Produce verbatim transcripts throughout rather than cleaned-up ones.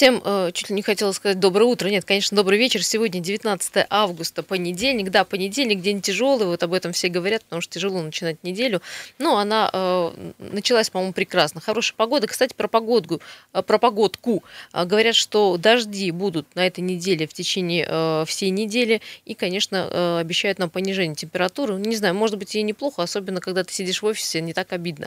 Всем э, чуть ли не хотела сказать доброе утро. Нет, конечно, добрый вечер. Сегодня девятнадцатое августа, понедельник. Да, понедельник, день тяжелый, вот об этом все говорят, потому что тяжело начинать неделю. Но она э, началась, по-моему, прекрасно. Хорошая погода. Кстати, про погодку. Э, про погодку. Э, говорят, что дожди будут на этой неделе в течение э, всей недели. И, конечно, э, обещают нам понижение температуры. Не знаю, может быть, и неплохо, особенно когда ты сидишь в офисе, не так обидно.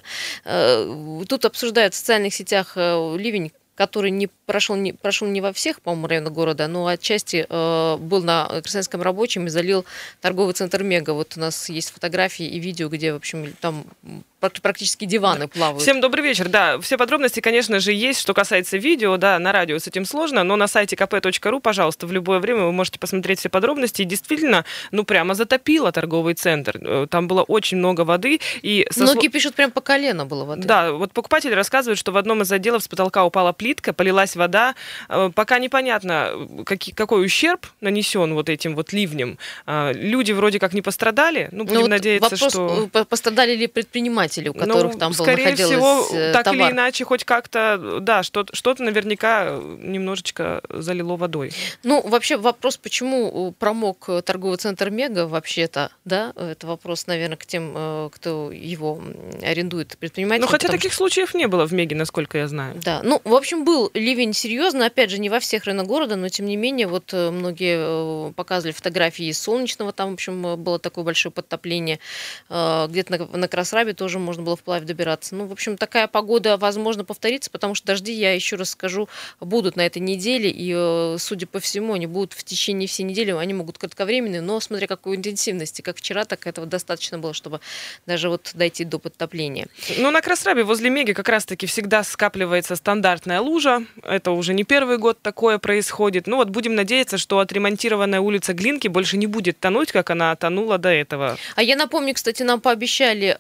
Э, тут обсуждают в социальных сетях э, ливень, который не прошел, не прошел не во всех, по-моему, районах города, но отчасти э, был на Красноярском рабочем и залил торговый центр Мега. Вот у нас есть фотографии и видео, где, в общем, там практически диваны плавают. Всем добрый вечер. Да, все подробности, конечно же, есть. Что касается видео, да, на радио с этим сложно, но на сайте ка пэ точка ру, пожалуйста, в любое время вы можете посмотреть все подробности. И действительно, ну, прямо затопило торговый центр. Там было очень много воды. И со... Многие пишут, прям по колено было воды. Да, вот покупатели рассказывают, что в одном из отделов с потолка упала плитка, полилась вода. Пока непонятно, какой, какой ущерб нанесен вот этим вот ливнем. Люди вроде как не пострадали. Ну, будем вот надеяться, вопрос, что... пострадали ли предприниматели, у которых ну, там был, скорее находилось всего, так товар. или иначе, хоть как-то, да, что-то, что-то наверняка немножечко залило водой. Ну, вообще вопрос, почему промок торговый центр Мега вообще-то, да, это вопрос, наверное, к тем, кто его арендует, предприниматели. Ну, хотя таких что... случаев не было в Меге, насколько я знаю. Да, ну, в общем, был ливень серьезно, опять же, не во всех районах города, но, тем не менее, вот многие показывали фотографии из Солнечного, там, в общем, было такое большое подтопление, где-то на, на Красрабе тоже можно было вплавь добираться. Ну, в общем, такая погода, возможно, повторится, потому что дожди, я еще раз скажу, будут на этой неделе, и, судя по всему, они будут в течение всей недели, они могут кратковременные, но смотря какой интенсивности, как вчера, так этого достаточно было, чтобы даже вот дойти до подтопления. Ну, на Красрабе возле Меги как раз-таки всегда скапливается стандартная лужа, это уже не первый год такое происходит. Ну, вот будем надеяться, что отремонтированная улица Глинки больше не будет тонуть, как она тонула до этого. А я напомню, кстати, нам пообещали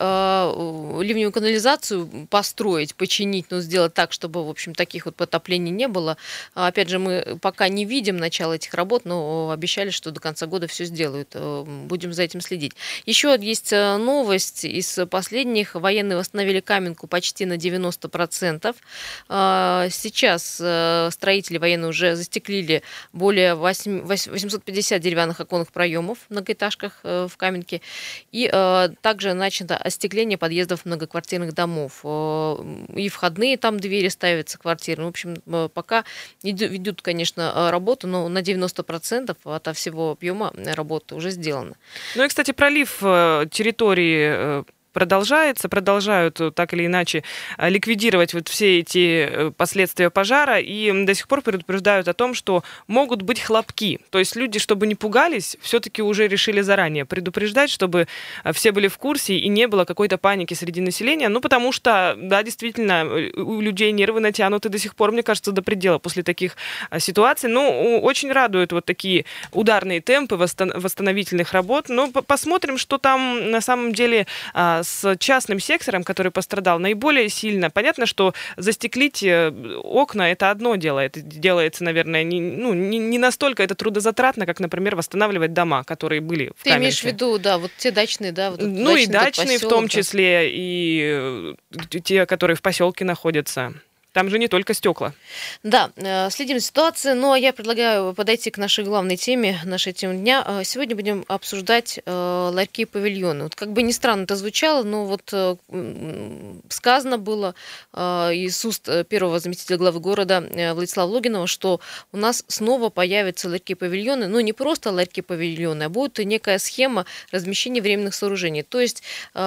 э, ливневую канализацию построить, починить, но сделать так, чтобы, в общем, таких вот потоплений не было. Опять же, мы пока не видим начала этих работ, но обещали, что до конца года все сделают. Будем за этим следить. Еще есть новость из последних. Военные восстановили Каменку почти на девяносто процентов. Сейчас строители военные уже застеклили более восемьсот пятьдесят деревянных оконных проемов в многоэтажках в Каменке. И также начато остекление подъездов многоквартирных домов. И входные там двери ставятся квартиры. В общем, пока ведут, конечно, работу, но на девяносто процентов от всего объема работы уже сделано. Ну и, кстати, пролив территории продолжается, продолжают так или иначе ликвидировать вот все эти последствия пожара, и до сих пор предупреждают о том, что могут быть хлопки. То есть люди, чтобы не пугались, все-таки уже решили заранее предупреждать, чтобы все были в курсе и не было какой-то паники среди населения. Ну, потому что, да, действительно, у людей нервы натянуты до сих пор, мне кажется, до предела после таких ситуаций. Ну, очень радуют вот такие ударные темпы восстановительных работ. Но посмотрим, что там на самом деле с частным сектором, который пострадал наиболее сильно. Понятно, что застеклить окна — это одно дело. Это делается, наверное, не, ну, не, не настолько это трудозатратно, как, например, восстанавливать дома, которые были в Ты Каменке. имеешь в виду, да, вот те дачные, да? Вот ну дачный, и дачные поселок, в том да. числе, и те, которые в поселке находятся. Там же не только стекла. Да, следим за ситуацией. Ну, а я предлагаю подойти к нашей главной теме, нашей теме дня. Сегодня будем обсуждать ларьки и павильоны. Вот как бы ни странно это звучало, но вот сказано было из уст первого заместителя главы города Владислава Логинова, что у нас снова появятся ларьки и павильоны. Но не просто ларьки и павильоны, а будет некая схема размещения временных сооружений. То есть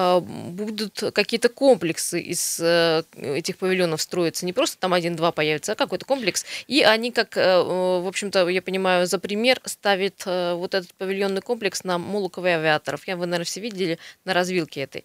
будут какие-то комплексы из этих павильонов строиться. Не просто там один-два появится, а какой-то комплекс. И они, как, в общем-то, я понимаю, за пример ставят вот этот павильонный комплекс на Молоково и Авиаторов. Я, вы, наверное, все видели на развилке этой.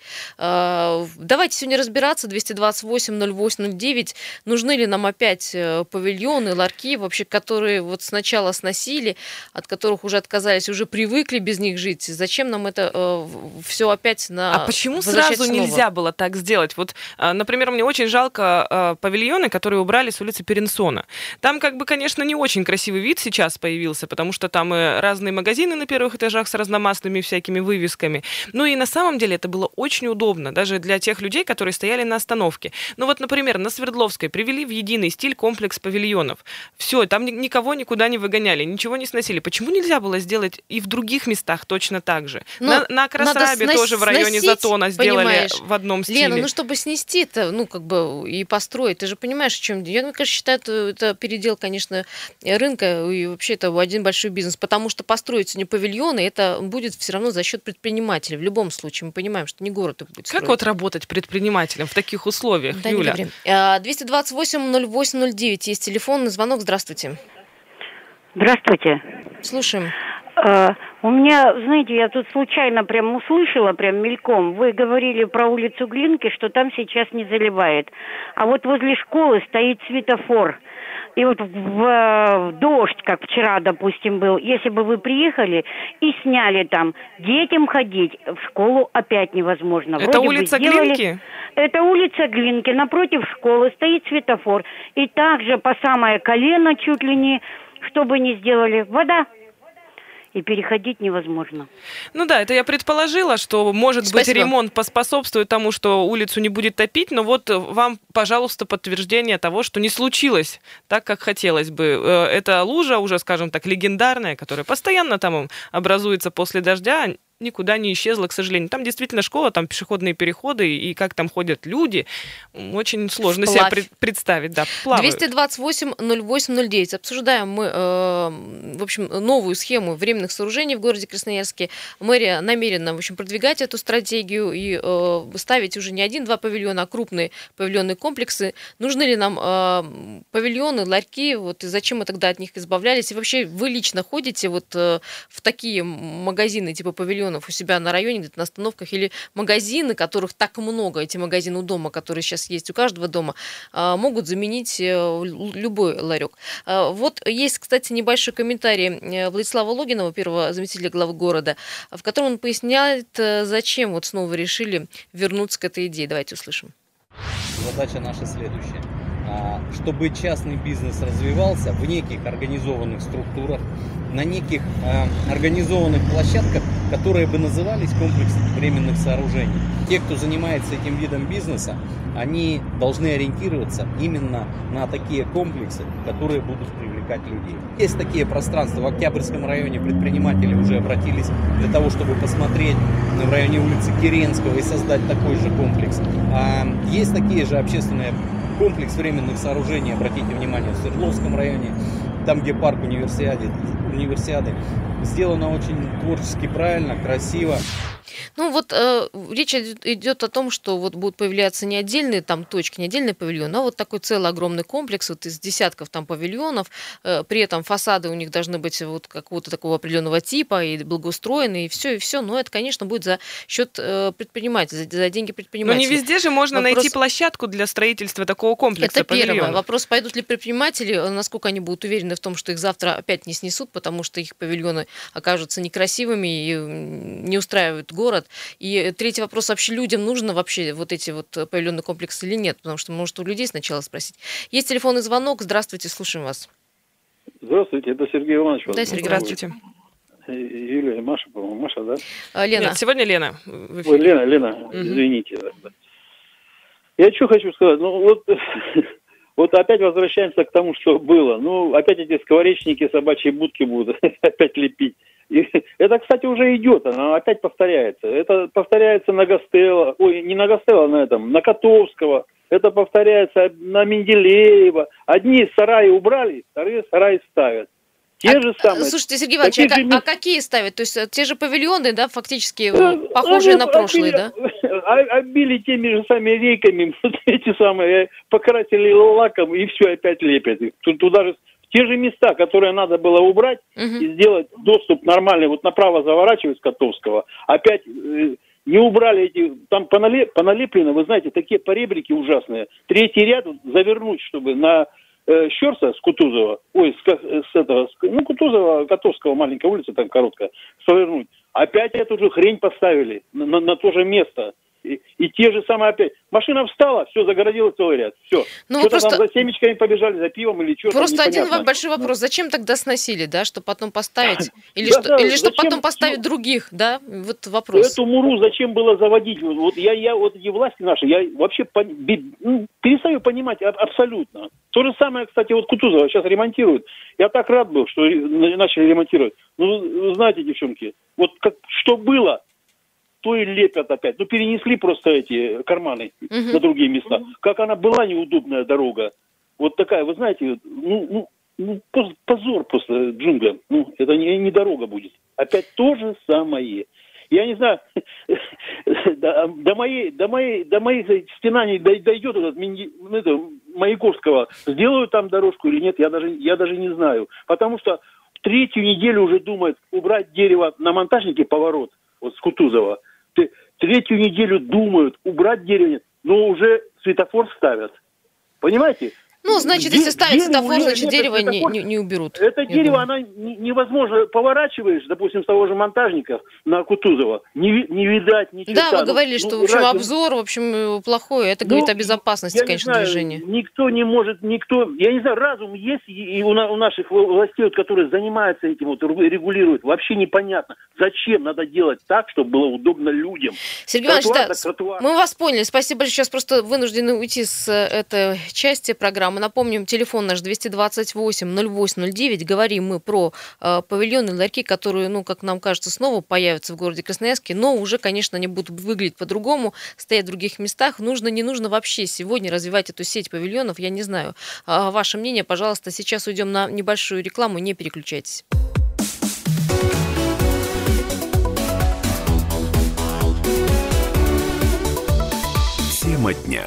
Давайте сегодня разбираться. двести двадцать восемь ноль восемь ноль девять. Нужны ли нам опять павильоны, ларьки, вообще, которые вот сначала сносили, от которых уже отказались, уже привыкли без них жить? Зачем нам это все опять на... А почему сразу снова? Нельзя было так сделать? Вот, например, мне очень жалко павильоны, павильоны, которые убрали с улицы Перенсона. Там, как бы, конечно, не очень красивый вид сейчас появился, потому что там и разные магазины на первых этажах с разномастными всякими вывесками. Ну и на самом деле это было очень удобно, даже для тех людей, которые стояли на остановке. Ну вот, например, на Свердловской привели в единый стиль комплекс павильонов. Все, там никого никуда не выгоняли, ничего не сносили. Почему нельзя было сделать и в других местах точно так же? На, на Красрабе снос, тоже в районе сносить, Затона сделали понимаешь, в одном стиле. Лена, ну чтобы снести это, ну как бы и построить, ты же понимаешь, о чем. Я, конечно, считаю, это, это передел, конечно, рынка и вообще это один большой бизнес, потому что построить сегодня павильоны, это будет все равно за счет предпринимателей. В любом случае, мы понимаем, что не город их будет строить. Как вот работать предпринимателем в таких условиях, да, Юля? двести двадцать восемь ноль восемь ноль девять есть телефонный звонок. Здравствуйте. Здравствуйте. Слушаем. Uh, у меня, знаете, я тут случайно прям услышала, прям мельком. Вы говорили про улицу Глинки, что там сейчас не заливает. А вот возле школы стоит светофор. И вот в, в дождь, как вчера, допустим, был, если бы вы приехали и сняли там, детям ходить в школу опять невозможно. Это Вроде улица сделали... Глинки? Это улица Глинки, напротив школы стоит светофор. И также по самое колено чуть ли не, что бы ни сделали, вода. И переходить невозможно. Ну да, это я предположила, что, может Спасибо. быть, ремонт поспособствует тому, что улицу не будет топить, но вот вам, пожалуйста, подтверждение того, что не случилось так, как хотелось бы. Эта лужа уже, скажем так, легендарная, которая постоянно там образуется после дождя, никуда не исчезла, к сожалению. Там действительно школа, там пешеходные переходы, и как там ходят люди, очень сложно Вплавь. себе пред- представить. Да, двести двадцать восемь ноль восемь ноль девять. Обсуждаем мы, э, в общем, новую схему временных сооружений в городе Красноярске. Мэрия намерена, в общем, продвигать эту стратегию и э, ставить уже не один-два павильона, а крупные павильонные комплексы. Нужны ли нам э, павильоны, ларьки, вот, и зачем мы тогда от них избавлялись? И вообще вы лично ходите вот э, в такие магазины типа павильонов у себя на районе, где-то на остановках, или магазины, которых так много, эти магазины у дома, которые сейчас есть у каждого дома, могут заменить любой ларек. Вот есть, кстати, небольшой комментарий Владислава Логинова, первого заместителя главы города, в котором он поясняет, зачем вот снова решили вернуться к этой идее. Давайте услышим. Задача наша следующая. Чтобы частный бизнес развивался в неких организованных структурах, на неких э, организованных площадках, которые бы назывались комплексом временных сооружений. Те, кто занимается этим видом бизнеса, они должны ориентироваться именно на такие комплексы, которые будут привлекать людей. Есть такие пространства. В Октябрьском районе предприниматели уже обратились для того, чтобы посмотреть в районе улицы Керенского и создать такой же комплекс. А есть такие же общественные комплекс временных сооружений, обратите внимание, в Свердловском районе, там, где парк универсиады, универсиады, сделано очень творчески правильно, красиво. Ну вот э, речь идет о том, что вот будут появляться не отдельные там точки, не отдельные павильоны, а вот такой целый огромный комплекс вот из десятков там павильонов. Э, при этом фасады у них должны быть вот какого-то такого определенного типа и благоустроенные, и все, и все. Но это, конечно, будет за счет э, предпринимателей, за, за деньги предпринимателей. Но не везде же можно Вопрос... найти площадку для строительства такого комплекса Это павильонов. Первое. Вопрос, пойдут ли предприниматели, насколько они будут уверены в том, что их завтра опять не снесут, потому что их павильоны окажутся некрасивыми и не устраивают город. И третий вопрос, вообще людям нужно вообще вот эти вот павильонные комплексы или нет? Потому что, может, у людей сначала спросить. Есть телефонный звонок. Здравствуйте, слушаем вас. Здравствуйте, это Сергей Иванович. Да, Сергей, здравствуйте. Юлия, Маша, по-моему, Маша, да? А, Лена. Нет, сегодня Лена. Ой, Лена, Лена, угу. извините. Я что хочу сказать, ну вот... Вот опять возвращаемся к тому, что было. Ну, опять эти скворечники, собачьи будки будут опять лепить. И это, кстати, уже идет, оно опять повторяется. Это повторяется на Гастелло, ой, не на Гастелло, на этом, на Котовского. Это повторяется на Менделеева. Одни сараи убрали, вторые сараи ставят. Те а, же самые. Слушайте, Сергей Иванович, а, же... а какие ставят? То есть те же павильоны, да, фактически похожие они, на прошлые, обили, да? Обили теми же самыми рейками, эти самые, покрасили лаком и все опять лепят. Туда же те же места, которые надо было убрать угу. и сделать доступ нормальный, вот направо заворачивать с Котовского, опять э, не убрали эти, там поналеп, поналеплено, вы знаете, такие поребрики ужасные. Третий ряд завернуть, чтобы на э, Щерса с Кутузова, ой, с, с этого, с, ну, Кутузова, Котовского, маленькая улица там короткая, завернуть. Опять эту же хрень поставили на, на, на то же место. И, и те же самые опять. Машина встала, все, загородила целый ряд. Все. Ну, Что-то просто... там за семечками побежали, за пивом или что-то. Просто один непонятно. большой вопрос. Зачем тогда сносили, да, чтобы потом поставить? Или, Да, что, да, или чтобы зачем? потом поставить других, да? Вот вопрос. Эту муру зачем было заводить? Вот я, я вот эти власти наши, я вообще пон- би- ну, перестаю понимать а- абсолютно. То же самое, кстати, вот Кутузова сейчас ремонтируют. Я так рад был, что ре- начали ремонтировать. Ну, вы знаете, девчонки, вот как, что было, то и лепят опять. Ну, перенесли просто эти карманы Мгм. на другие места. Как она была неудобная дорога. Вот такая, вы знаете, ну, ну, ну, поз- позор просто джунглям. Ну, это не, не дорога будет. Опять то же самое. Я не знаю, до, до моей, до моей, до моих стенаний дойдет этот Минди- ну, это, Маяковского. Сделают там дорожку или нет, я даже, я даже не знаю. Потому что третью неделю уже думают убрать дерево на монтажнике поворот, вот с Кутузова. Т- Третью неделю думают убрать дерево, но уже светофор ставят. Понимаете? Ну, значит, Де- если ставить дерево светофор, уже значит, нет, дерево не, светофор. не, не уберут. Это я дерево, думаю. оно не- невозможно, поворачиваешь, допустим, с того же монтажника на Кутузова, не, ви- не видать ничего. Да, вы говорили, что, в общем, ради- обзор, в общем, плохой. Это Ну, говорит о безопасности, я не конечно, знаю, движения. Никто не может, никто, я не знаю, разум есть и и у, на- у наших властей, вот, которые занимаются этим, вот, ру- регулируют, вообще непонятно, зачем надо делать так, чтобы было удобно людям. Сергей Иванович, Тротуар да, так с- тротуар. мы вас поняли. Спасибо большое. Сейчас просто вынуждены уйти с э, этой части программы. Напомним, телефон наш двести двадцать восемь ноль восемь ноль девять. Говорим мы про э, павильоны, ларьки, которые, ну, как нам кажется, снова появятся в городе Красноярске, но уже, конечно, они будут выглядеть по-другому, стоять в других местах. Нужно, не нужно вообще сегодня развивать эту сеть павильонов, я не знаю. А, ваше мнение, пожалуйста, сейчас уйдем на небольшую рекламу, не переключайтесь. Тема дня.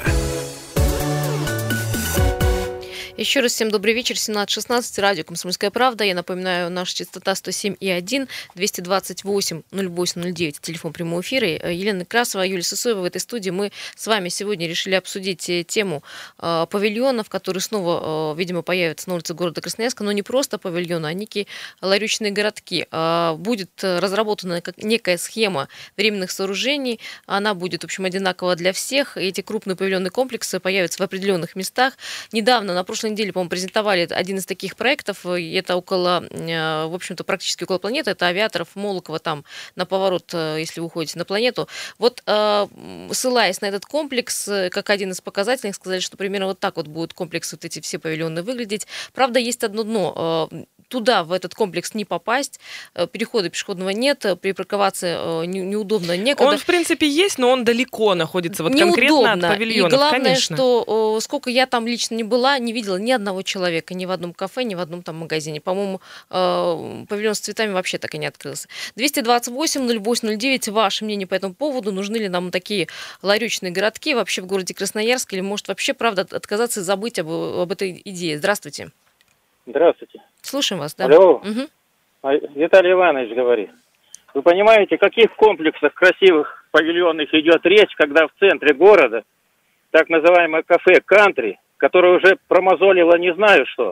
Еще раз всем добрый вечер, семнадцать шестнадцать, радио «Комсомольская правда». Я напоминаю, наша частота сто семь и один, двести двадцать восемь ноль восемь ноль девять, телефон прямого эфира. Елена Красова, Юлия Сысоева в этой студии. Мы с вами сегодня решили обсудить тему э, павильонов, которые снова, э, видимо, появятся на улице города Красноярска, но не просто павильоны, а некие ларечные городки. Э, будет разработана как некая схема временных сооружений, она будет, в общем, одинакова для всех. Эти крупные павильонные комплексы появятся в определенных местах. Недавно, на прошлой неделе, по-моему, презентовали один из таких проектов. И это около, в общем-то, практически около планеты. Это Авиаторов, Молокова, там на поворот, если вы уходите на планету. Вот, ссылаясь на этот комплекс, как один из показательных, сказали, что примерно вот так вот будут комплексы, вот эти все павильоны выглядеть. Правда, есть одно дно. Туда, в этот комплекс, не попасть. Перехода пешеходного нет, припарковаться неудобно, некогда. Он, в принципе, есть, но он далеко находится, вот Неудобно. конкретно от павильонов, И главное, конечно. что сколько я там лично не была, не видела ни одного человека, ни в одном кафе, ни в одном там магазине. По-моему, павильон с цветами вообще так и не открылся. двести двадцать восемь ноль восемь ноль девять, ваше мнение по этому поводу? Нужны ли нам такие ларечные городки вообще в городе Красноярске? Или может вообще, правда, отказаться и забыть об, об этой идее? Здравствуйте. Здравствуйте. Слушаем вас, да. Алло. Угу. Виталий Иванович говорит. Вы понимаете, о каких комплексах красивых павильонных идет речь, когда в центре города так называемое кафе «Кантри», которое уже промозолило не знаю что.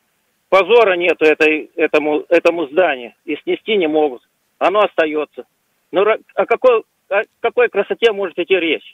Позора нету этой, этому, этому зданию, и снести не могут. Оно остается. Ну, о какой, о какой красоте может идти речь?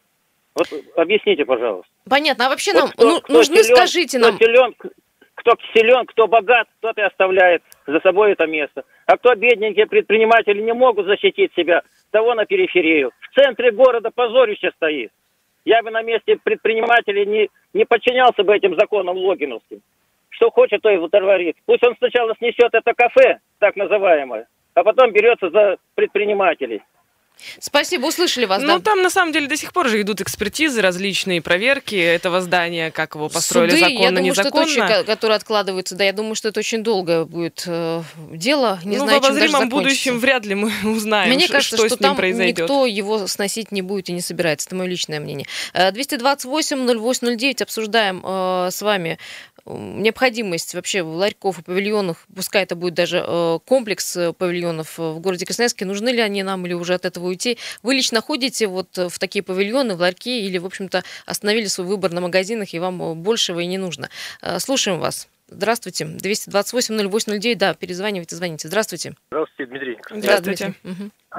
Вот объясните, пожалуйста. Понятно. А вообще Вот нам кто, ну, кто нужны, силен, скажите кто нам... Силен, кто силен, кто богат, тот и оставляет за собой это место. А кто бедненькие предприниматели не могут защитить себя, того на периферию. В центре города позорище стоит. Я бы на месте предпринимателей не, не подчинялся бы этим законам логиновским. Что хочет, то и творит. Пусть он сначала снесет это кафе, так называемое, а потом берется за предпринимателей. Спасибо, услышали вас, Ну, да. там, на самом деле, до сих пор же идут экспертизы, различные проверки этого здания, как его построили, Суды, законно, я думаю, незаконно. что это очень, которые откладываются, да, я думаю, что это очень долгое будет э, дело, не ну, знаю, в чем даже обозримом закончится. будущем вряд ли мы узнаем, Мне ш- кажется, что, что, с ним там произойдет. никто его сносить не будет и не собирается. Это мое личное мнение. двести двадцать восемь ноль восемь ноль девять обсуждаем э, с вами необходимость вообще ларьков и павильонов, пускай это будет даже э, комплекс павильонов в городе Красноярске, нужны ли они нам или уже от этого уйти? Вы лично ходите вот в такие павильоны, в ларьки или, в общем-то, остановили свой выбор на магазинах и вам большего и не нужно? Э, слушаем вас. Здравствуйте. двести двадцать восемь ноль восемь ноль девять, да, перезванивайте, звоните. Здравствуйте. Здравствуйте, Дмитрий. Здравствуйте. Да, Дмитрий. Угу.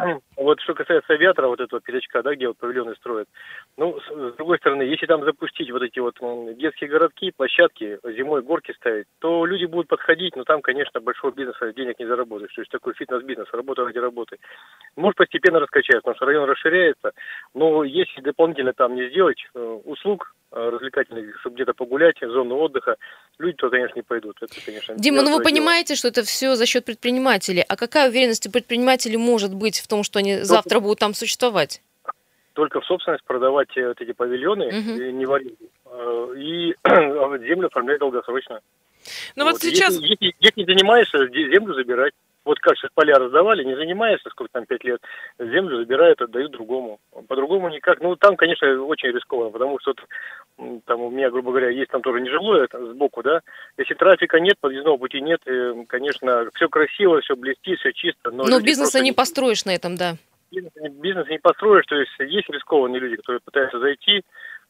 вот что касается авиатора, вот этого пятачка, да, где вот павильоны строят, ну, с, с другой стороны, если там запустить вот эти вот м, детские городки, площадки, зимой горки ставить, то люди будут подходить, но там, конечно, большого бизнеса денег не заработаешь. То есть такой фитнес-бизнес, работа ради работы. Может постепенно раскачаться, потому что район расширяется, но если дополнительно там не сделать э, услуг э, развлекательных, чтобы где-то погулять, зону отдыха, люди то, конечно, не пойдут. Это, конечно, Дима, ну вы дело. понимаете, что это все за счет предпринимателей. А какая уверенность у предпринимателей может быть в том, что они завтра будут там существовать? Только в собственность продавать э, вот эти павильоны, Мгм. э, не в аренду, э, и а землю оформлять долгосрочно. Ну вот сейчас... Если, если, если занимаешься, де- землю забирать. Вот как сейчас поля раздавали, не занимаешься, сколько там, пять лет, землю забирают, отдают другому. По-другому никак. Ну, там, конечно, очень рискованно, потому что м, там у меня, грубо говоря, есть там тоже нежилое там, сбоку, да. Если трафика нет, подъездного пути нет, э, конечно, все красиво, все блестит, все чисто. Но Но люди бизнеса просто не построишь на этом, да. Бизнес, бизнес не построишь, то есть есть рискованные люди, которые пытаются зайти,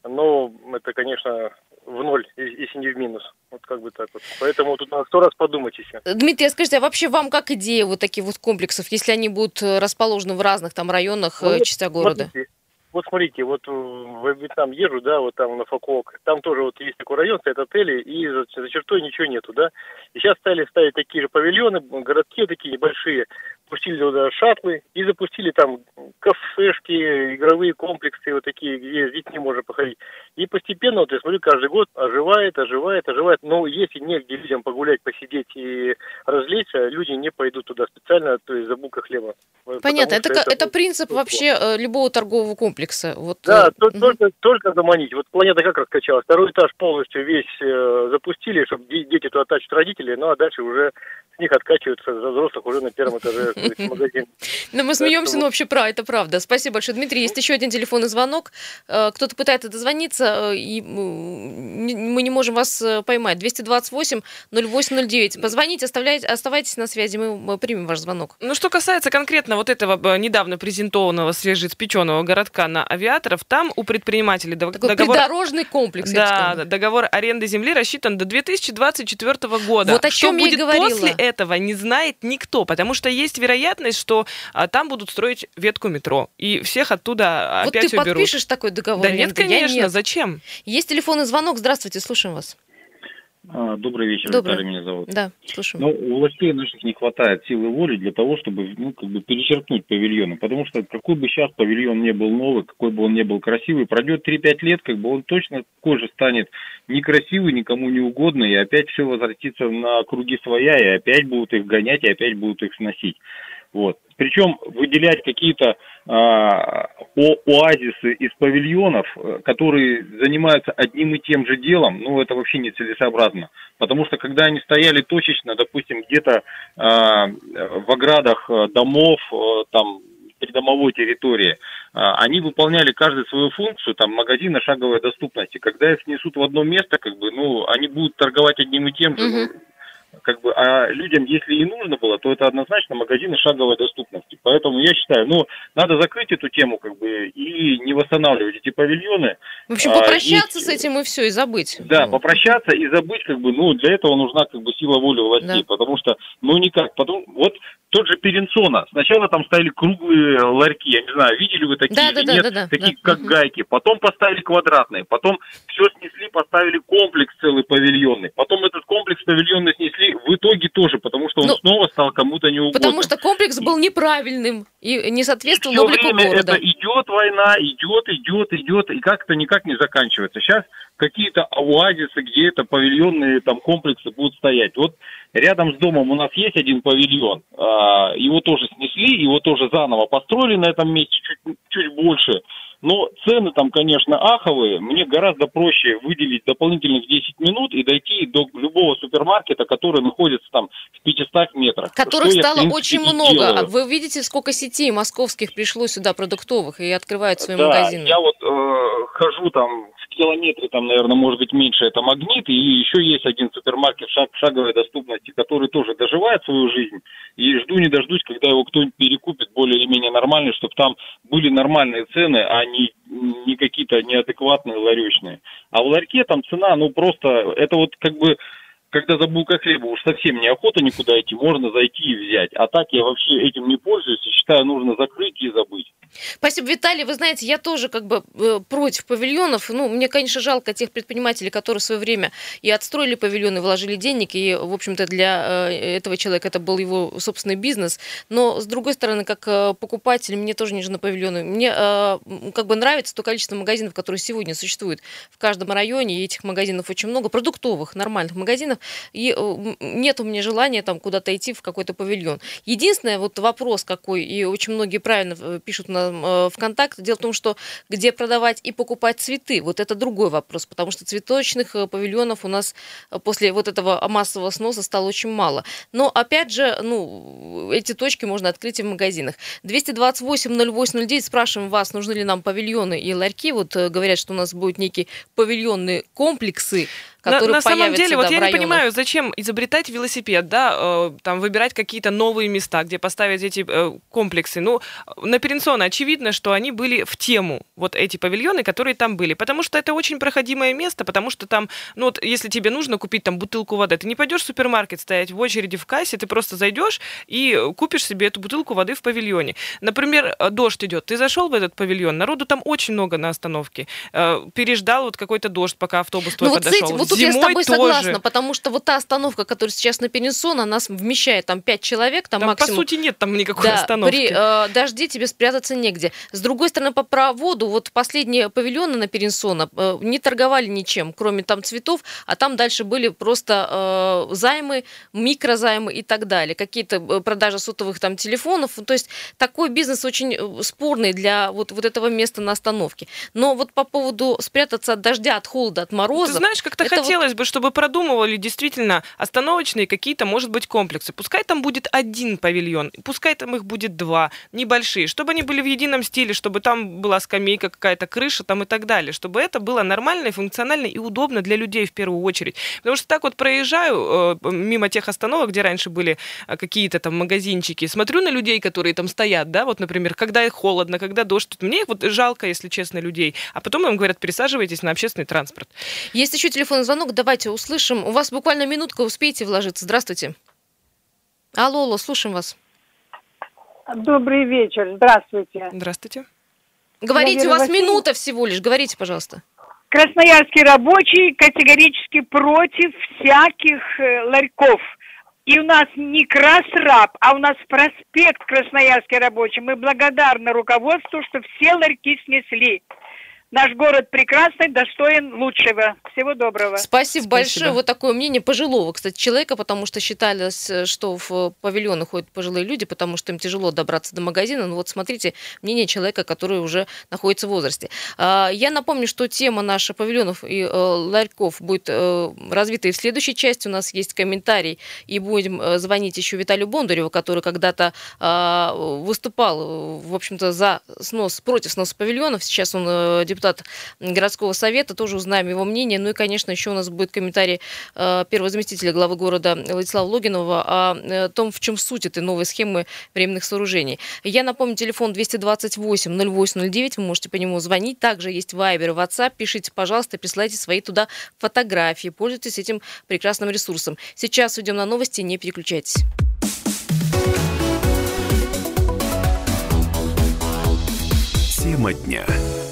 но это, конечно, в ноль, и- если не в минус. Вот как бы так вот. Поэтому тут надо сто раз подумать еще. Дмитрий, а скажите, а вообще вам как идея вот таких вот комплексов, если они будут э, расположены в разных там районах, Ну, э, вот частях города? смотрите, вот смотрите, вот э, в Вьетнам езжу, да, вот там на Фукуок, там тоже вот есть такой район, стоят отели, и за, за чертой ничего нету, да. И сейчас стали ставить такие же павильоны, городки такие небольшие, пустили туда шаттлы и запустили там кафешки, игровые комплексы вот такие, где с детьми можно походить. И постепенно, вот я смотрю, каждый год оживает, оживает, оживает. Но если негде людям погулять, посидеть и развлечься, люди не пойдут туда специально, то есть за булкой хлеба. Понятно, это, Потому что ка- это будет принцип плохо. вообще э, любого торгового комплекса. Вот, Да, э, то- мгм. только, только заманить. Вот планета как раскачалась. Второй этаж полностью весь э, запустили, чтобы де- дети туда тащат родителей, ну а дальше уже с них откачиваются за взрослых уже на первом этаже то есть магазин. Ну, мы Так смеемся, что но вот. вообще про это правда. Спасибо большое, Дмитрий. Есть еще один телефонный звонок. Э, Кто-то пытается дозвониться, э, и м, не- мы не можем вас э, поймать. двести двадцать восемь ноль восемь ноль девять. Позвоните, оставляйте, оставайтесь на связи, мы, мы примем ваш звонок. Ну, что касается конкретно вот этого э, недавно презентованного свежеиспеченного городка на Авиаторов, там у предпринимателей дог- Такой договор... придорожный комплекс, я бы Да, сказала. да, договор аренды земли рассчитан до две тысячи двадцать четвёртого года. Вот о Что чем я и будет говорила. после этого, не знает никто, потому что есть вероятность, что а, там будут строить ветку метро, и всех оттуда Вот опять ты уберут. подпишешь такой договор Да нет, аренды? Я конечно, нет. зачем? Есть телефонный звонок. Здравствуйте, слушаем вас. А, Добрый вечер, Добрый. Виталий меня зовут. Да, слушаем. Но у властей наших не хватает силы воли для того, чтобы ну, как бы перечеркнуть павильоны. Потому что какой бы сейчас павильон не был новый, какой бы он не был красивый, пройдет три-пять лет, как бы он точно такой же станет некрасивый, никому не угодный, и опять все возвратится на круги своя, и опять будут их гонять, и опять будут их сносить. Вот. Причем выделять какие-то а, о- оазисы из павильонов, э, которые занимаются одним и тем же делом, ну, это вообще нецелесообразно. Потому что, когда они стояли точечно, допустим, где-то а, в оградах э, домов, э, там, придомовой территории, а, они выполняли каждый свою функцию, там, магазина шаговой доступности. Когда их снесут в одно место, как бы, ну, они будут торговать одним и тем же, ну, как бы, а людям, если и нужно было, то это однозначно магазины шаговой доступности. Поэтому я считаю, ну, надо закрыть эту тему, как бы, и не восстанавливать эти павильоны. В общем, А, попрощаться есть- с этим и все, и забыть. Да, Вот. попрощаться и забыть, как бы, ну, для этого нужна, как бы, сила воли властей, Да. потому что, ну, никак, потом, вот, тот же Перенсона, сначала там стояли круглые ларьки, я не знаю, видели вы такие Да, или да, да, нет, да, да, такие, да. как Мгм. гайки, потом поставили квадратные, потом все снесли, поставили комплекс целый павильонный, потом этот комплекс павильонный снесли, в итоге тоже, потому что он Ну, снова стал кому-то неугодным. Потому что комплекс был неправильным и не соответствовал Все облику время города. это идет война, идет, идет, идет, и как-то никак не заканчивается. Сейчас какие-то оазисы, где это павильонные там комплексы будут стоять. Вот рядом с домом у нас есть один павильон, а, его тоже снесли, его тоже заново построили на этом месте чуть, чуть больше. Но цены там, конечно, аховые. Мне гораздо проще выделить дополнительных десять минут и дойти до любого супермаркета, который находится там в пятистах метрах. Которых Что я, в стало принципе, очень и много. делаю. А Вы видите, сколько сетей московских пришло сюда продуктовых и открывают свои Да, магазины. я вот э, хожу там в километре, там, наверное, может быть меньше, это Магнит, и еще есть один супермаркет шаг, шаговой доступности, который тоже доживает свою жизнь, и жду не дождусь, когда его кто-нибудь перекупит более или менее нормальный, чтобы там были нормальные цены, а не, не какие-то неадекватные ларечные. А в ларьке там цена, ну просто, это вот как бы когда за булкой хлеба уж совсем неохота никуда идти, можно зайти и взять. А так я вообще этим не пользуюсь и считаю, нужно закрыть и забыть. Спасибо, Виталий. Вы знаете, я тоже как бы против павильонов. Ну, мне, конечно, жалко тех предпринимателей, которые в свое время и отстроили павильоны, вложили денег, и, в общем-то, для этого человека это был его собственный бизнес. Но, с другой стороны, как покупатель, мне тоже не нужны павильоны. Мне как бы нравится то количество магазинов, которые сегодня существуют в каждом районе, и этих магазинов очень много, продуктовых, нормальных магазинов, и нет у меня желания там куда-то идти в какой-то павильон. Единственное, вот вопрос какой, и очень многие правильно пишут на ВКонтакте. Дело в том, что где продавать и покупать цветы, вот это другой вопрос, потому что цветочных павильонов у нас после вот этого массового сноса стало очень мало. Но опять же, ну, эти точки можно открыть и в магазинах. двести двадцать восемь ноль восемь ноль девять, спрашиваем вас, нужны ли нам павильоны и ларьки. Вот говорят, что у нас будут некие павильонные комплексы, На, на самом деле, вот да, я не понимаю, зачем изобретать велосипед, да, э, там выбирать какие-то новые места, где поставить эти э, комплексы. Ну, на Перенсона очевидно, что они были в тему, вот эти павильоны, которые там были, потому что это очень проходимое место, потому что там, ну вот, если тебе нужно купить там бутылку воды, ты не пойдешь в супермаркет стоять в очереди в кассе, ты просто зайдешь и купишь себе эту бутылку воды в павильоне. Например, дождь идет, ты зашел в этот павильон, народу там очень много на остановке, э, переждал вот какой-то дождь, пока автобус твой ну, подошел. Вот тут Зимой я с тобой тоже. Согласна, потому что вот та остановка, которая сейчас на Перенсона, она вмещает там пять человек, там, там максимум. По сути нет там никакой да, остановки. При э, дожде тебе спрятаться негде. С другой стороны, по проводу, вот последние павильоны на Перенсона э, не торговали ничем, кроме там цветов, а там дальше были просто э, займы, микрозаймы и так далее, какие-то продажи сотовых там телефонов. То есть такой бизнес очень спорный для вот, вот этого места на остановке. Но вот по поводу спрятаться от дождя, от холода, от мороза. Ты знаешь, как-то хотелось вот... бы, чтобы продумывали действительно остановочные какие-то, может быть, комплексы. Пускай там будет один павильон, пускай там их будет два, небольшие, чтобы они были в едином стиле, чтобы там была скамейка, какая-то крыша там и так далее, чтобы это было нормально, функционально и удобно для людей в первую очередь. Потому что так вот проезжаю э, мимо тех остановок, где раньше были э, какие-то там магазинчики, смотрю на людей, которые там стоят, да, вот, например, когда холодно, когда дождь, мне их вот жалко, если честно, людей, а потом им говорят, пересаживайтесь на общественный транспорт. Есть еще телефонный звонок, давайте услышим. У вас буквально минутка, успеете вложиться. Здравствуйте. Алло, алло, слушаем вас. Добрый вечер, здравствуйте. Здравствуйте. Говорите, Я у вас Василий... минута всего лишь, говорите, пожалуйста. Красноярский рабочий категорически против всяких э, ларьков. И у нас не Красраб, а у нас проспект Красноярский рабочий. Мы благодарны руководству, что все ларьки снесли. Наш город прекрасный, достоин лучшего. Всего доброго. Спасибо, Спасибо большое. Вот такое мнение пожилого, кстати, человека, потому что считалось, что в павильоны ходят пожилые люди, потому что им тяжело добраться до магазина. Ну вот смотрите, мнение человека, который уже находится в возрасте. Я напомню, что тема наша павильонов и ларьков будет развита и в следующей части. У нас есть комментарий, и будем звонить еще Виталию Бондареву, который когда-то выступал, в общем-то, за снос, против сноса павильонов. Сейчас он депутат городского совета, тоже узнаем его мнение. Ну и, конечно, еще у нас будет комментарий э, первого заместителя главы города Владислава Логинова о, о том, в чем суть этой новой схемы временных сооружений. Я напомню, телефон двести двадцать восемь ноль восемь ноль девять, вы можете по нему звонить. Также есть Вайбер и WhatsApp. Пишите, пожалуйста, присылайте свои туда фотографии. Пользуйтесь этим прекрасным ресурсом. Сейчас уйдем на новости, не переключайтесь. Тема дня.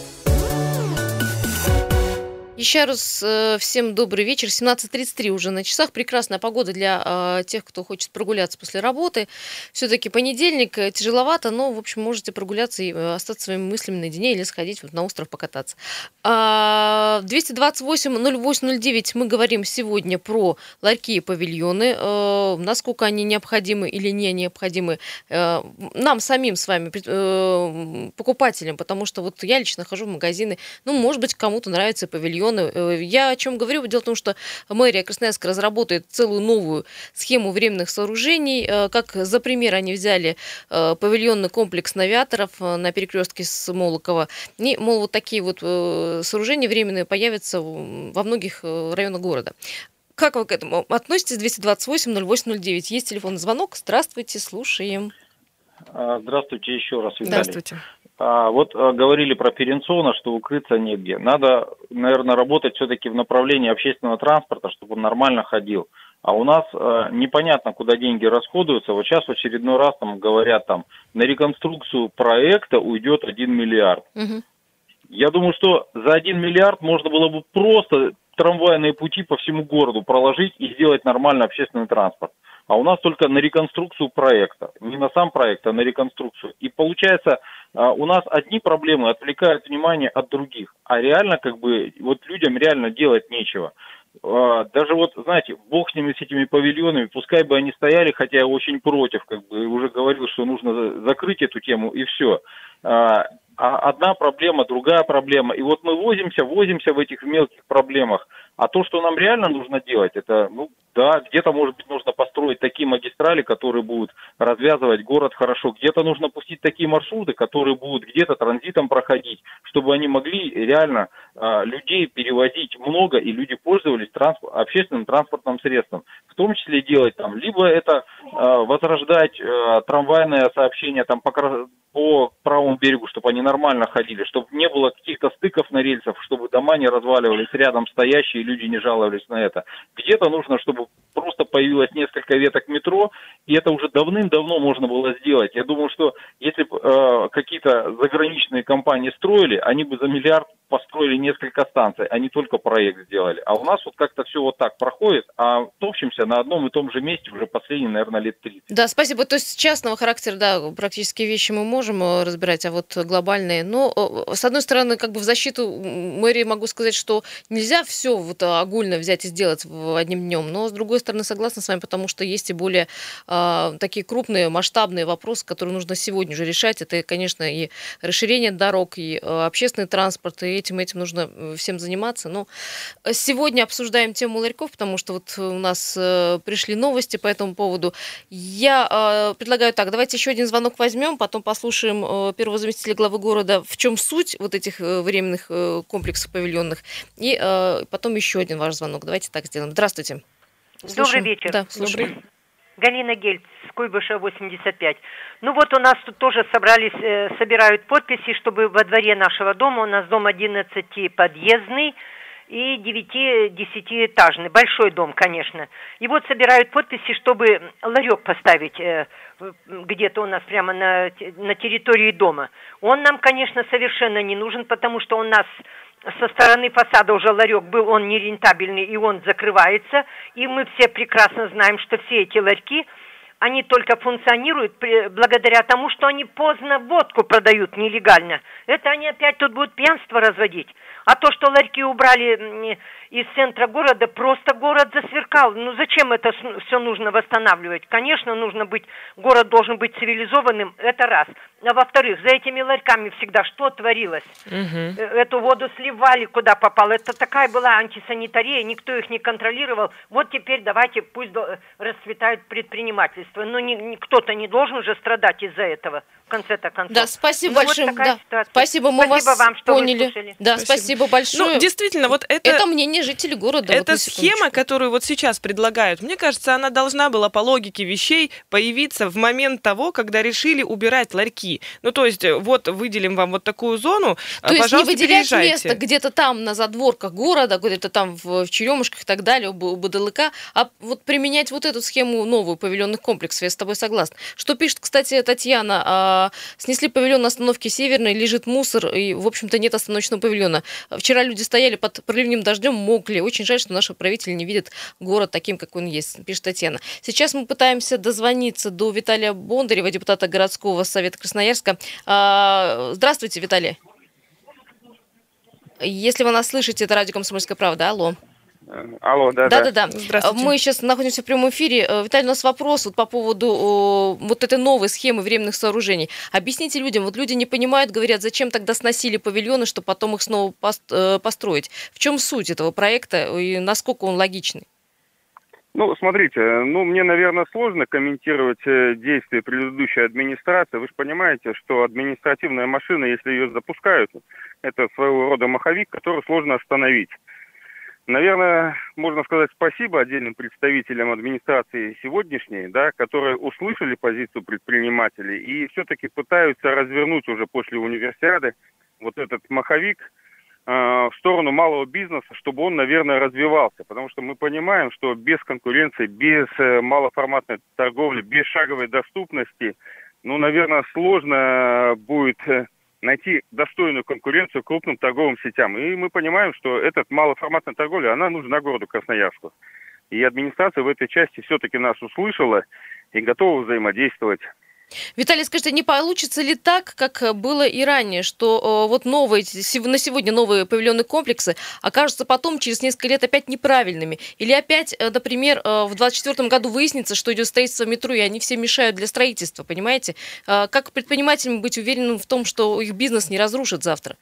Еще раз э, всем добрый вечер. семнадцать тридцать три уже на часах. Прекрасная погода для э, тех, кто хочет прогуляться после работы. Все-таки понедельник, э, тяжеловато, но, в общем, можете прогуляться и э, остаться своими мыслями наедине или сходить вот на остров покататься. А, двести двадцать восемь ноль восемь ноль девять мы говорим сегодня про ларьки и павильоны. Э, насколько они необходимы или не необходимы э, нам самим с вами, э, покупателям, потому что вот я лично хожу в магазины, ну, может быть, кому-то нравится павильон. Я о чем говорю? Дело в том, что мэрия Красноярска разработает целую новую схему временных сооружений. Как за пример они взяли павильонный комплекс Навиаторов на перекрестке с Молокова. И, мол, вот такие вот сооружения временные появятся во многих районах города. Как вы к этому относитесь? двести двадцать восемь ноль восемь ноль девять. Есть телефонный звонок. Здравствуйте, слушаем. Здравствуйте еще раз, Виталий. Здравствуйте. А, вот а, говорили про Перенсона, что укрыться негде. Надо, наверное, работать все-таки в направлении общественного транспорта, чтобы он нормально ходил. А у нас э, непонятно, куда деньги расходуются. Вот сейчас в очередной раз там говорят, там на реконструкцию проекта уйдет один миллиард. Мгм. Я думаю, что за один миллиард можно было бы просто трамвайные пути по всему городу проложить и сделать нормальный общественный транспорт. А у нас только на реконструкцию проекта. Не на сам проект, а на реконструкцию. И получается, а, у нас одни проблемы отвлекают внимание от других. А реально, как бы, вот людям реально делать нечего. А, Даже вот, знаете, бог с ними, с этими павильонами, пускай бы они стояли, хотя я очень против, как бы, уже говорил, что нужно за- закрыть эту тему, и все. Одна проблема, другая проблема. И вот мы возимся, возимся в этих мелких проблемах. А то, что нам реально нужно делать, это, ну, да, где-то, может быть, нужно построить такие магистрали, которые будут развязывать город хорошо. Где-то нужно пустить такие маршруты, которые будут где-то транзитом проходить, чтобы они могли реально а, людей перевозить много, и люди пользовались транспорт, общественным транспортным средством. В том числе делать там, либо это а, возрождать а, трамвайное сообщение там по, кра- по правому берегу, чтобы они нормально ходили, чтобы не было каких-то стыков на рельсах, чтобы дома не разваливались рядом стоящие, и люди не жаловались на это. Где-то нужно, чтобы просто появилось несколько веток метро, и это уже давным-давно можно было сделать. Я думаю, что если бы э, какие-то заграничные компании строили, они бы за миллиард построили несколько станций, а не только проект сделали. А у нас вот как-то все вот так проходит, а топчемся на одном и том же месте уже последние, наверное, лет тридцать. Да, спасибо. То есть частного характера, да, практически вещи мы можем э, разбирать, а вот глобальные. Но, э, с одной стороны, как бы в защиту м, мэрии могу сказать, что нельзя все вот э, огульно взять и сделать в- одним днем. Но, с другой стороны, согласна с вами, потому что есть и более э, такие крупные, масштабные вопросы, которые нужно сегодня же решать. Это, конечно, и расширение дорог, и э, общественный транспорт, и этим, этим нужно э, всем заниматься. Но э, сегодня обсуждаем тему ларьков, потому что вот у нас э, пришли новости по этому поводу. Я э, предлагаю так, давайте еще один звонок возьмем, потом послушаем э, первого заместителя главы города, в чем суть вот этих э, временных э, комплексов павильонных, и э, потом еще один ваш звонок. Давайте так сделаем. Здравствуйте. Добрый Слушаем. вечер. Да, слушаем. Галина Гельц, с Куйбышева восемьдесят пять. Ну вот у нас тут тоже собрались, э, собирают подписи, чтобы во дворе нашего дома, у нас дом одиннадцатиподъездный и девяти-десятиэтажный, большой дом, конечно. И вот собирают подписи, чтобы ларек поставить э, в- где-то у нас прямо на, те- на территории дома. Он нам, конечно, совершенно не нужен, потому что у нас со стороны фасада уже ларек был, он нерентабельный, и он закрывается. И мы все прекрасно знаем, что все эти ларьки, они только функционируют при- благодаря тому, что они поздно водку продают нелегально. Это они опять тут будут пьянство разводить. А то, что ларьки убрали м, из центра города, просто город засверкал. Ну зачем это все нужно восстанавливать? Конечно, нужно быть, город должен быть цивилизованным, это раз. А во-вторых, за этими ларьками всегда что творилось? Мгм. Э, Эту воду сливали куда попало. Это такая была антисанитария, никто их не контролировал. Вот теперь давайте, пусть до- расцветает предпринимательство. Но ни- ни- кто-то не должен же страдать из-за этого, в конце-то концов. Да, спасибо Ну, вот большое. такая Да. ситуация. Спасибо, мы Спасибо вас вам, что вы поняли. слушали. Да, Спасибо. спасибо большое. Ну, действительно, вот это... Это мнение жителей города. вот Эта на схема, секундочку. которую вот сейчас предлагают, мне кажется, она должна была по логике вещей появиться в момент того, когда решили убирать ларьки. Ну, то есть, э, вот выделим вам вот такую зону, а, То есть не пожалуйста, выделять переезжайте. место где-то там на задворках города, где-то там в, в Черемушках и так далее, у Б- у БДЛК, а вот применять вот эту схему новую павильонных комплексов, я с тобой согласна. Что пишет, кстати, Татьяна, а, снесли павильон на остановке Северной, лежит мусор, и, в общем-то, нет остановочного павильона. Вчера люди стояли под проливным дождем, мокли. Очень жаль, что наши правители не видят город таким, как он есть, пишет Татьяна. Сейчас мы пытаемся дозвониться до Виталия Бондарева, депутата городского совета Красноярска. А, Здравствуйте, Виталий. Если вы нас слышите, это радио «Комсомольская правда». Алло. Алло, да, Да, да, да. Здравствуйте. Мы сейчас находимся в прямом эфире. Э, Виталий, у нас вопрос вот по поводу о, вот этой новой схемы временных сооружений. Объясните людям, вот люди не понимают, говорят, зачем тогда сносили павильоны, чтобы потом их снова пост- э, построить. В чем суть этого проекта и насколько он логичный? Ну, смотрите, ну, мне, наверное, сложно комментировать э, действия предыдущей администрации. Вы же понимаете, что административная машина, если ее запускают, это своего рода маховик, который сложно остановить. Наверное, можно сказать спасибо отдельным представителям администрации сегодняшней, да, которые услышали позицию предпринимателей и все-таки пытаются развернуть уже после универсиады вот этот маховик, в сторону малого бизнеса, чтобы он, наверное, развивался. Потому что мы понимаем, что без конкуренции, без малоформатной торговли, без шаговой доступности, ну, наверное, сложно будет найти достойную конкуренцию крупным торговым сетям. И мы понимаем, что эта малоформатная торговля, она нужна городу Красноярску. И администрация в этой части все-таки нас услышала и готова взаимодействовать. Виталий, скажите, не получится ли так, как было и ранее, что э, вот новые, на сегодня новые павильонные комплексы окажутся потом через несколько лет опять неправильными? Или опять, э, например, э, в двадцать четвёртом году выяснится, что идет строительство метро, и они все мешают для строительства, понимаете? Э, как предпринимателям быть уверенным в том, что их бизнес не разрушит завтра?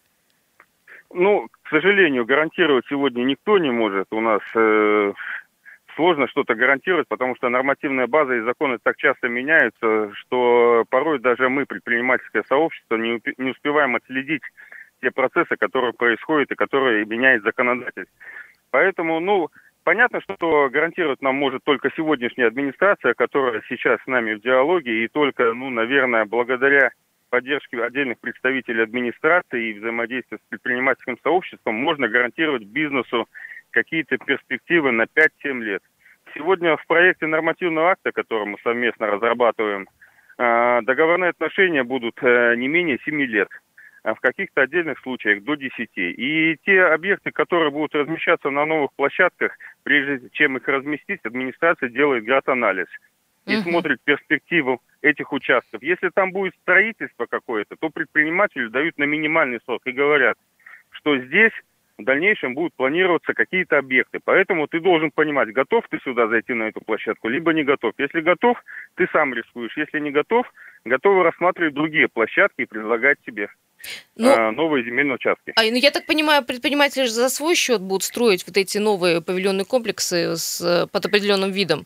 Ну, к сожалению, гарантировать сегодня никто не может. У нас... Э... Сложно что-то гарантировать, потому что нормативная база и законы так часто меняются, что порой даже мы, предпринимательское сообщество, не, не успеваем отследить те процессы, которые происходят и которые меняет законодатель. Поэтому, ну, понятно, что гарантировать нам может только сегодняшняя администрация, которая сейчас с нами в диалоге, и только, ну, наверное, благодаря поддержке отдельных представителей администрации и взаимодействия с предпринимательским сообществом можно гарантировать бизнесу какие-то перспективы на пять-семь лет. Сегодня в проекте нормативного акта, который мы совместно разрабатываем, договорные отношения будут не менее семи лет, а в каких-то отдельных случаях до десяти. И те объекты, которые будут размещаться на новых площадках, прежде чем их разместить, администрация делает град-анализ и uh-huh. смотрит перспективу этих участков. Если там будет строительство какое-то, то предпринимателю дают на минимальный срок и говорят, что здесь в дальнейшем будут планироваться какие-то объекты. Поэтому ты должен понимать, готов ты сюда зайти на эту площадку, либо не готов. Если готов, ты сам рискуешь. Если не готов, готовы рассматривать другие площадки и предлагать тебе ну, э, новые земельные участки. А, ну, я так понимаю, предприниматели же за свой счет будут строить вот эти новые павильонные комплексы с, под определенным видом?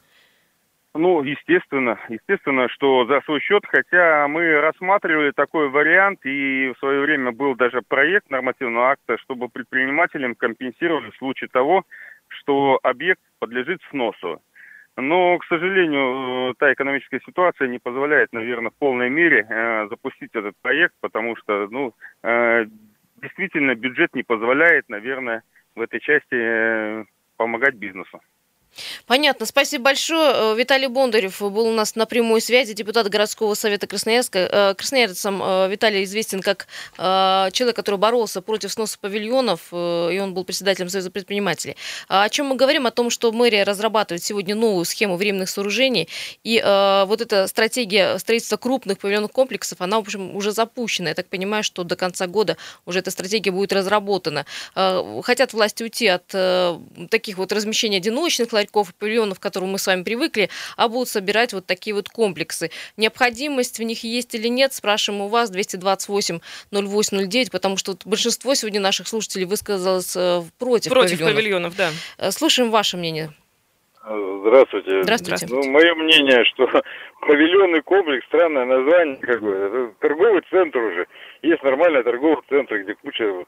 Ну, естественно, естественно, что за свой счет, хотя мы рассматривали такой вариант, и в свое время был даже проект нормативного акта, чтобы предпринимателям компенсировали в случае того, что объект подлежит сносу. Но, к сожалению, та экономическая ситуация не позволяет, наверное, в полной мере э, запустить этот проект, потому что, ну, э, действительно, бюджет не позволяет, наверное, в этой части э, помогать бизнесу. Понятно. Спасибо большое. Виталий Бондарев был у нас на прямой связи, депутат городского совета Красноярска. Красноярцам Виталий известен как человек, который боролся против сноса павильонов, и он был председателем Союза предпринимателей. О чем мы говорим? О том, что мэрия разрабатывает сегодня новую схему временных сооружений, и вот эта стратегия строительства крупных павильонных комплексов, она, в общем, уже запущена. Я так понимаю, что до конца года уже эта стратегия будет разработана. Хотят власти уйти от таких вот размещений одиночных ларьков, павильонов, к которым мы с вами привыкли, а будут собирать вот такие вот комплексы. Необходимость в них есть или нет, спрашиваем у вас, двести двадцать восемь ноль восемь ноль девять, потому что большинство сегодня наших слушателей высказалось против, против павильонов. павильонов, да. Слушаем ваше мнение. Здравствуйте. Здравствуйте. Ну, мое мнение, что павильонный комплекс, странное название, как бы, это торговый центр уже. Есть нормальные торговые центры, где куча вот,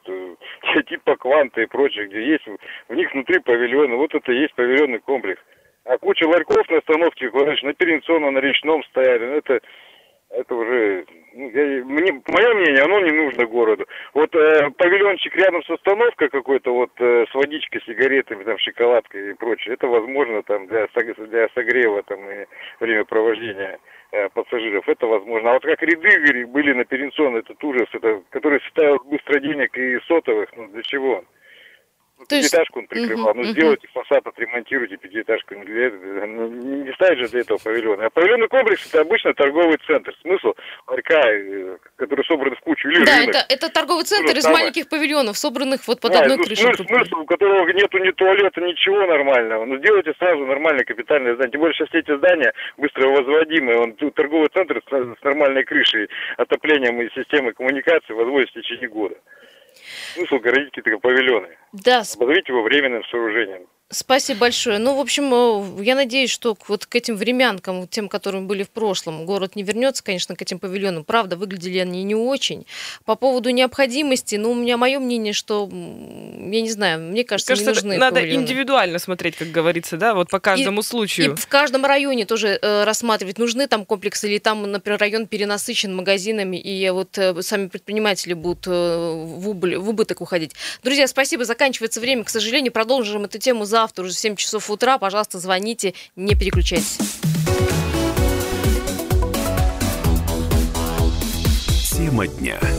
типа Кванта и прочих, где есть в них внутри павильоны. Вот это и есть павильонный комплекс. А куча ларьков на остановке, на Перенционном, на Речном стояли, ну, это, это уже, ну, я, мне, мое мнение, оно не нужно городу. Вот э, павильончик рядом с остановкой какой-то, вот э, с водичкой, сигаретами, там, шоколадкой и прочее, это возможно там для, для согрева там, и времяпровождения э, пассажиров, это возможно. А вот как ряды были на Перенционном, этот ужас, это, который составил быстро денег и сотовых, ну для чего? Пятиэтажку он прикрывал. Uh-huh, ну, uh-huh. Сделайте фасад, отремонтируйте пятиэтажку. Для этого, не ставить же для этого павильона. А павильонный комплекс — это обычно торговый центр. Смысл ларька, который собран в кучу. Или да, рынок. Это, это торговый центр из самое. маленьких павильонов, собранных вот под а, одной ну, крышей. Смысл, смысл, у которого нету ни туалета, ничего нормального. Ну, сделайте сразу нормальное капитальное здание. Тем более сейчас эти здания быстро возводимые. Он торговый центр с, с нормальной крышей, отоплением и системой коммуникации возводится в течение года. Смысл городить какие-то павильоны. Да. Обозовите его временным сооружением. Спасибо большое. Ну, в общем, я надеюсь, что вот к этим времянкам, тем, которые были в прошлом, город не вернется, конечно, к этим павильонам. Правда, выглядели они не очень. По поводу необходимости, ну, у меня мое мнение, что, я не знаю, мне кажется, кажется, не нужны надо павильоны. Индивидуально смотреть, как говорится, да, вот по каждому и, случаю. И в каждом районе тоже э, рассматривать, нужны там комплексы, или там, например, район перенасыщен магазинами, и вот э, сами предприниматели будут э, в, убыль, в убыток уходить. Друзья, спасибо, заканчивается время, к сожалению, продолжим эту тему завтра. Завтра уже в семь часов утра. Пожалуйста, звоните, не переключайтесь. Тема дня.